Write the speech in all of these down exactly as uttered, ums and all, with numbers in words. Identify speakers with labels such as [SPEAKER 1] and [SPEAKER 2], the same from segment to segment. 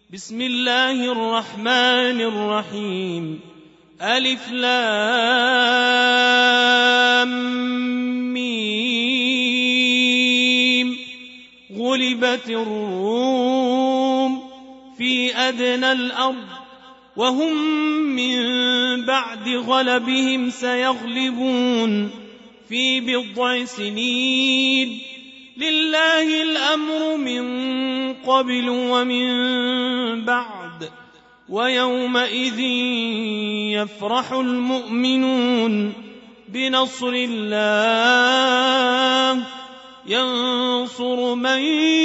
[SPEAKER 1] بسم الله الرحمن الرحيم. ألف لام ميم. غلبت الروم في أدنى الأرض وهم من بعد غلبهم سيغلبون في بضع سنين. لله الأمر من قبل ومن بعد ويومئذ يفرح المؤمنون بنصر الله ينصر من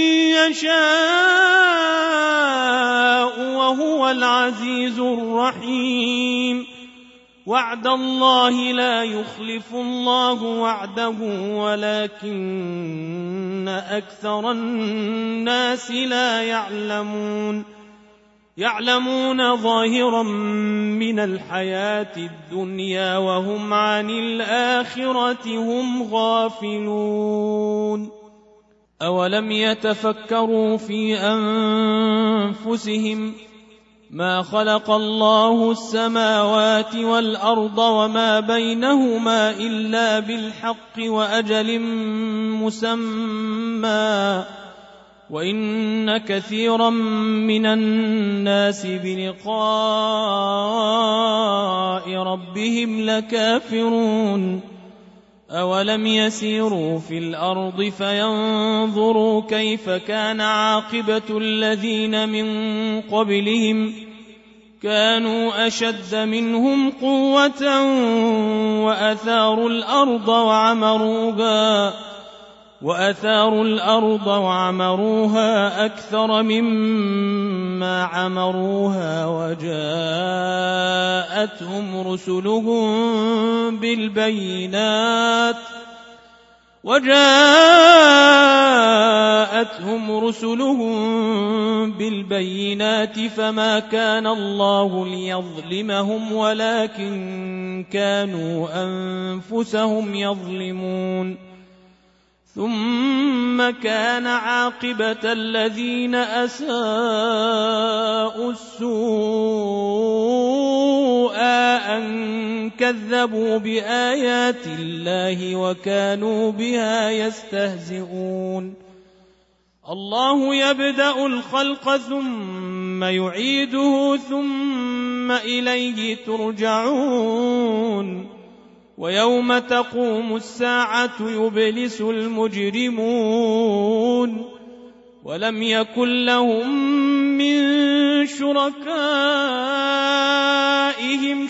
[SPEAKER 1] يشاء وهو العزيز الرحيم. وعد الله لا يخلف الله وعده ولكن أكثر الناس لا يعلمون يعلمون ظاهرا من الحياة الدنيا وهم عن الآخرة هم غافلون. أولم يتفكروا في أنفسهم ما خلق الله السماوات والأرض وما بينهما إلا بالحق وأجل مسمى وإن كثيرا من الناس بلقاء ربهم لكافرون. أولم يسيروا في الأرض فينظروا كيف كان عاقبة الذين من قبلهم كانوا أشد منهم قوة وأثاروا الأرض وعمروها وأثاروا الأرض وعمروها أكثر مما عمروها وجاءتهم رسلهم بالبينات وجاءتهم رسلهم بالبينات فما كان الله ليظلمهم ولكن كانوا أنفسهم يظلمون. ثم كان عاقبة الذين أساءوا السوء أن كذبوا بآيات الله وكانوا بها يستهزئون. الله يبدأ الخلق ثم يعيده ثم إليه ترجعون. ويوم تقوم الساعة يبلس المجرمون ولم يكن لهم من شركائهم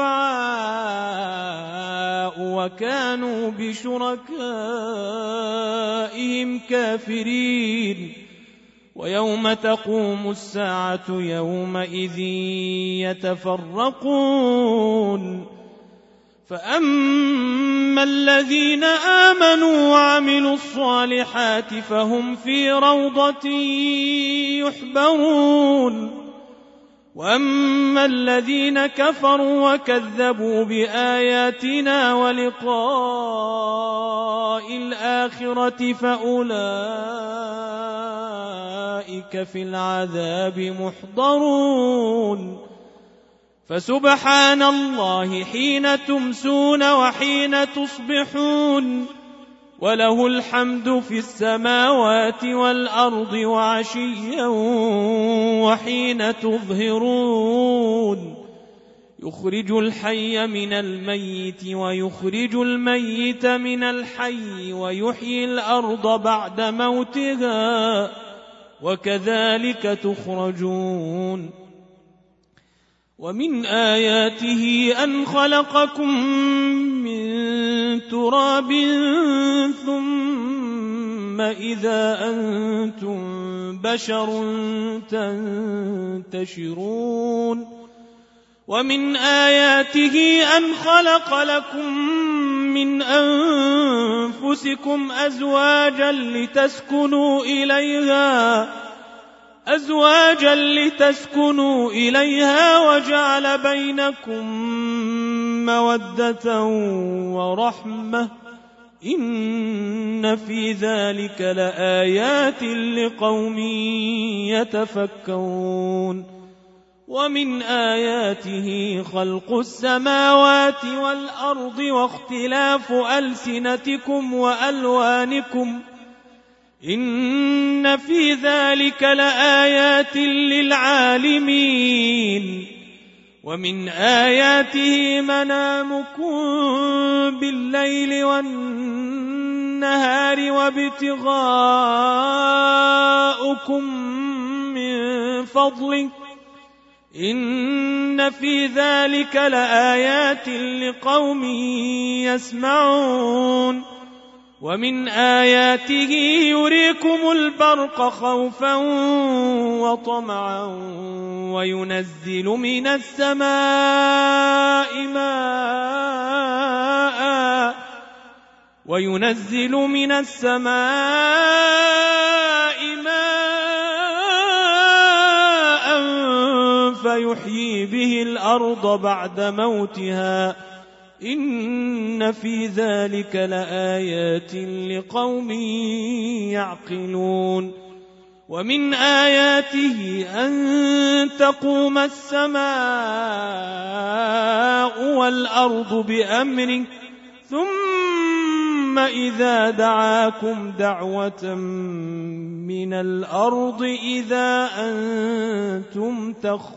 [SPEAKER 1] شفعاء وكانوا بشركائهم كافرين. ويوم تقوم الساعة يومئذ يتفرقون. فأما الذين آمنوا وعملوا الصالحات فهم في روضة يحبرون. وأما الذين كفروا وكذبوا بآياتنا ولقاء الآخرة فأولئك في العذاب محضرون. فسبحان الله حين تمسون وحين تصبحون وله الحمد في السماوات والأرض وعشيا وحين تظهرون. يخرج الحي من الميت ويخرج الميت من الحي ويحيي الأرض بعد موتها وكذلك تخرجون. ومن آياته أن خلقكم من تراب ثم إذا أنتم بشر تنتشرون. ومن آياته أن خلق لكم من أنفسكم أزواجا لتسكنوا إليها أزواجا لتسكنوا إليها وجعل بينكم مودة ورحمة إن في ذلك لآيات لقوم يتفكرون ومن آياته خلق السماوات والأرض واختلاف ألسنتكم وألوانكم إن في ذلك لآيات للعالمين ومن آياته منامكم بالليل والنهار وابتغاؤكم من فضله إن في ذلك لآيات لقوم يسمعون ومن آياته يريكم البرق خوفا وطمعا وينزل من السماء ماء وينزل من السماء ماء فيحيي به الأرض بعد موتها إن في ذلك لآيات لقوم يعقلون ومن آياته أن تقوم السماء والأرض بأمره ثم إذا دعاكم دعوة من الأرض إذا أنتم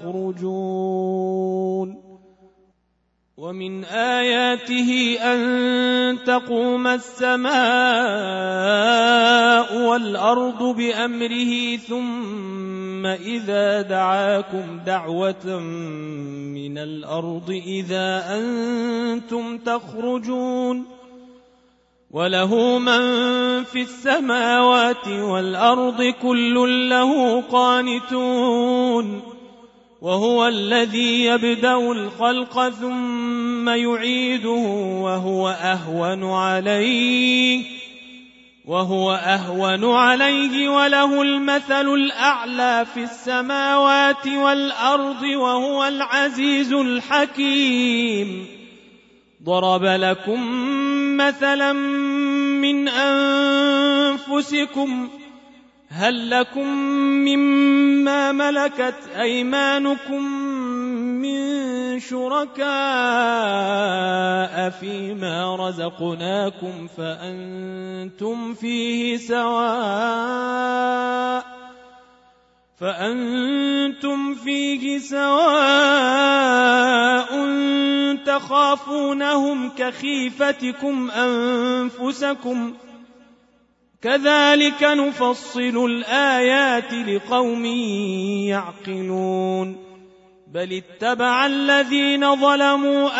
[SPEAKER 1] تخرجون ومن آياته أن تقوم السماء والأرض بأمره ثم إذا دعاكم دعوة من الأرض إذا أنتم تخرجون وله من في السماوات والأرض كل له قانتون وهو الذي يبدأ الخلق ثم يعيده وهو أهون عليه وهو أهون عليه وله المثل الأعلى في السماوات والأرض وهو العزيز الحكيم ضرب لكم مثلا من أنفسكم هل لكم مما ملكت أيمانكم من شركاء فيما رزقناكم فأنتم فيه سواء فأنتم فيه سواء تخافونهم كخيفتكم أنفسكم كذلك نفصل الآيات لقوم يعقلون بل اتبع الذين ظلموا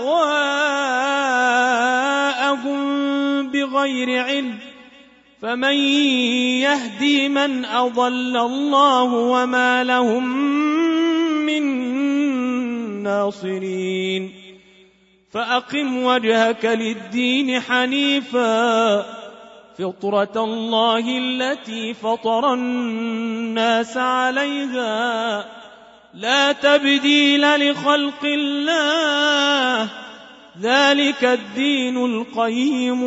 [SPEAKER 1] أهواءهم بغير علم فمن يهدي من أضل الله وما لهم من ناصرين فأقم وجهك للدين حنيفا فطرة الله التي فطر الناس عليها لا تبديل لخلق الله ذلك الدين القيم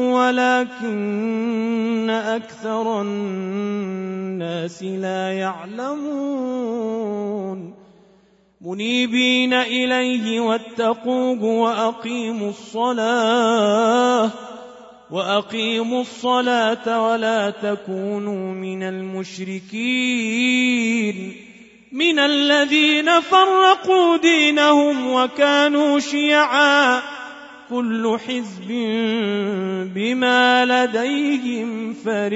[SPEAKER 1] ولكن أكثر الناس لا يعلمون منيبين إليه واتقوه وأقيموا الصلاة وأقيموا الصلاة ولا تكونوا من المشركين من الذين فرقوا دينهم وكانوا شيعا كل حزب بما لديهم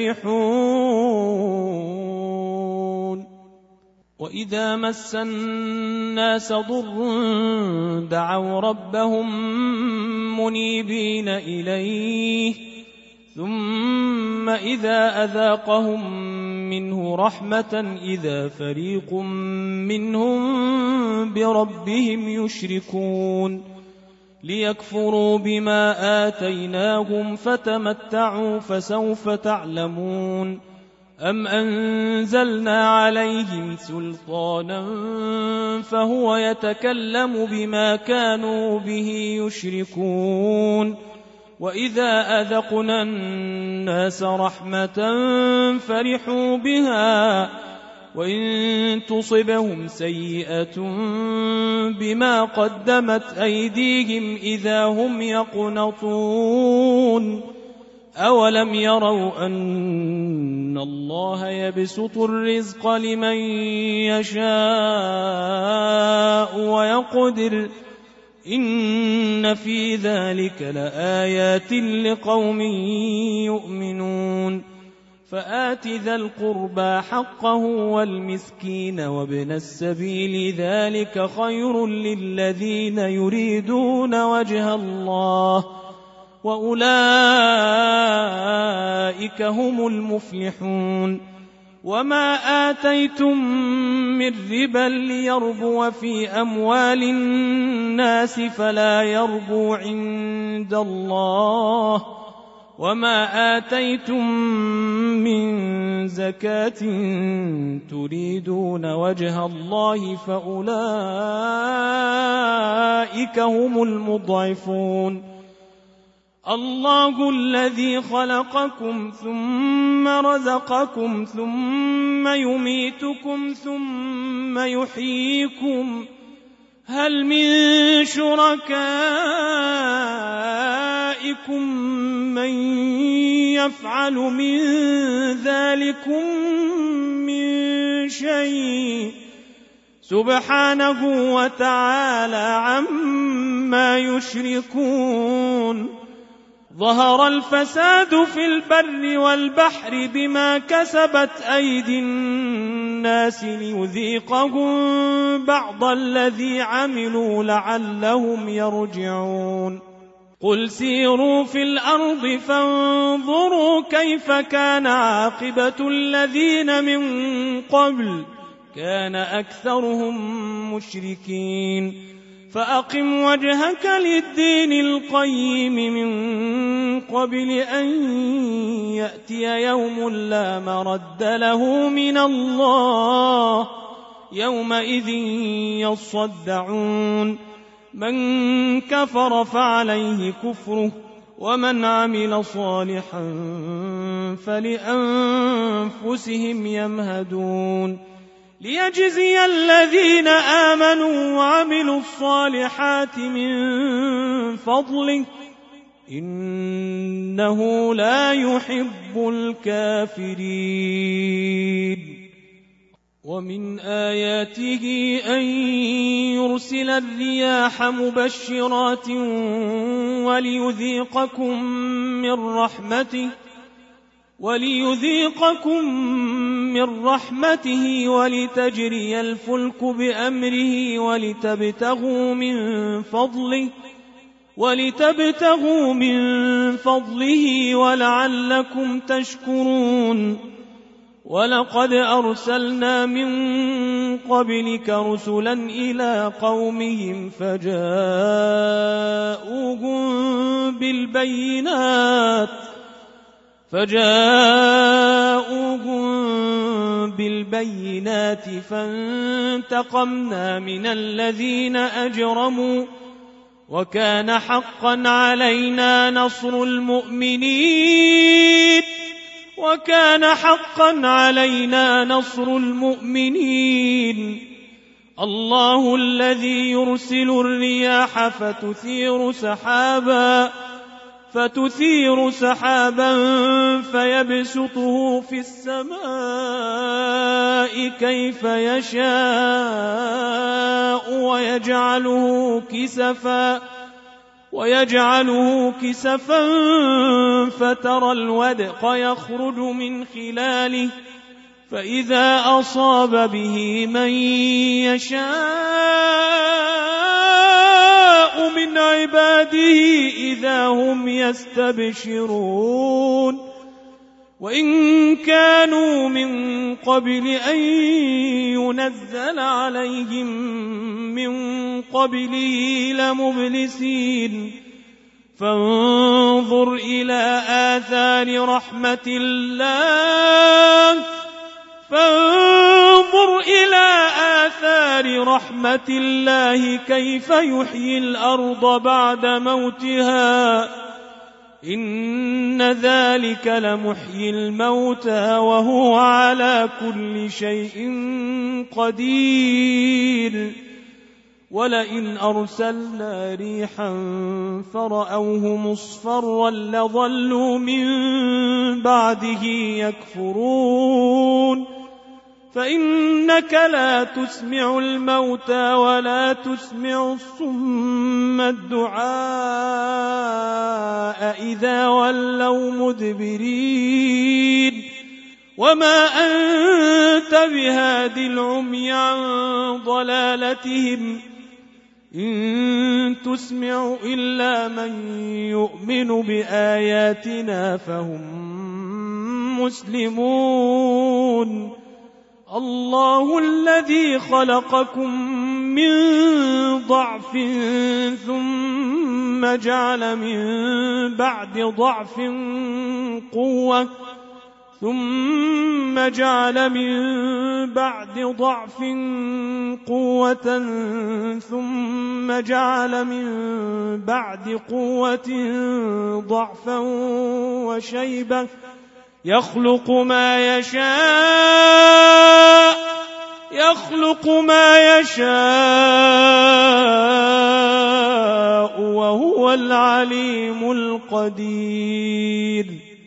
[SPEAKER 1] فرحون وإذا مس الناس ضر دعوا ربهم منيبين إليه ثم إذا أذاقهم منه رحمة إذا فريق منهم بربهم يشركون ليكفروا بما آتيناهم فتمتعوا فسوف تعلمون أم أنزلنا عليهم سلطانا فهو يتكلم بما كانوا به يشركون وإذا أذقنا الناس رحمة فرحوا بها وإن تصبهم سيئة بما قدمت أيديهم إذا هم يقنطون أولم يروا أن الله يبسط الرزق لمن يشاء ويقدر إن في ذلك لآيات لقوم يؤمنون فآت ذا القربى حقه والمسكين وابن السبيل ذلك خير للذين يريدون وجه الله وأولئك هم المفلحون وما آتيتم من ربا ليربو في أموال الناس فلا يربو عند الله وما آتيتم من زكاة تريدون وجه الله فأولئك هم المضعفون الله الذي خلقكم ثم رزقكم ثم يميتكم ثم يحييكم هل من شركائكم من يفعل من ذلكم من شيء سبحانه وتعالى عما يشركون ظهر الفساد في البر والبحر بما كسبت أيدي الناس ليذيقهم بعض الذي عملوا لعلهم يرجعون قل سيروا في الأرض فانظروا كيف كان عاقبة الذين من قبل كان أكثرهم مشركين فأقم وجهك للدين القيم من قبل أن يأتي يوم لا مرد له من الله يومئذ يصدعون من كفر فعليه كفره ومن عمل صالحا فلأنفسهم يمهدون ليجزي الذين آمنوا وعملوا الصالحات من فضله إنه لا يحب الكافرين ومن آياته أن يرسل الرياح مبشرات وليذيقكم من رحمته وليذيقكم من رحمته ولتجري الفلك بأمره ولتبتغوا من فضله ولتبتغوا من فضله ولعلكم تشكرون ولقد أرسلنا من قبلك رسلا إلى قومهم فجاءوهم بالبينات فجاءوهم بالبينات فانتقمنا من الذين أجرموا وكان حقا علينا نصر المؤمنين وكان حقا علينا نصر المؤمنين الله الذي يرسل الرياح فتثير سحابا فتثير سحابا فيبسطه في السماء كيف يشاء ويجعله كسفا ويجعله كسفا فترى الودق يخرج من خلاله فإذا أصاب به من يشاء من عباده إذا هم يستبشرون وإن كانوا من قبل أن ينزل عليهم من قبله لمبلسين فانظر إلى آثار رحمة الله فانظر إلى آثار رحمة الله كيف يحيي الأرض بعد موتها إن ذلك لمحيي الموتى وهو على كل شيء قدير ولئن أرسلنا ريحا فرأوه مصفرا لظلوا من بعده يكفرون فإنك لا تسمع الموتى ولا تسمع الصم الدعاء إذا ولوا مدبرين وما أنت بهاد العمي عن ضلالتهم إن تسمع إلا من يؤمن بآياتنا فهم مسلمون الله الذي خلقكم من ضعف ثم جعل من بعد ضعف قوة ثم جعل من بعد ضعف قوة ثم جعل من بعد قوة ضعفا وشيبة يخلق ما يشاء يخلق ما يشاء وهو العليم القدير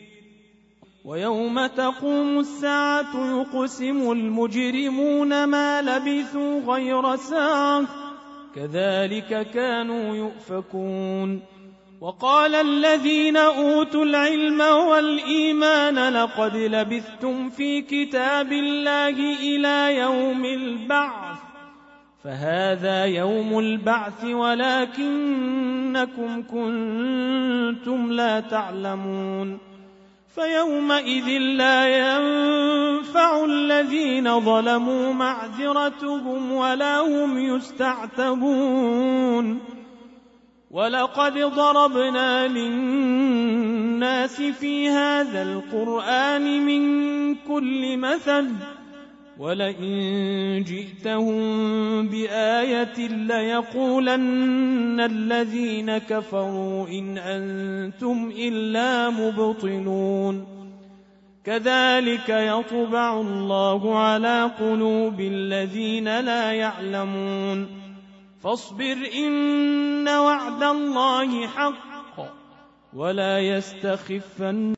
[SPEAKER 1] ويوم تقوم الساعة يقسم المجرمون ما لبثوا غير ساعة كذلك كانوا يؤفكون وقال الذين أوتوا العلم والإيمان لقد لبثتم في كتاب الله إلى يوم البعث فهذا يوم البعث ولكنكم كنتم لا تعلمون فيومئذ لا ينفع الذين ظلموا معذرتهم ولا هم يستعتبون ولقد ضربنا للناس في هذا القرآن من كل مثل ولئن جئتهم بآية ليقولن الذين كفروا إن أنتم إلا مبطلون كذلك يطبع الله على قلوب الذين لا يعلمون فاصبر إن وعد الله حق ولا يستخفن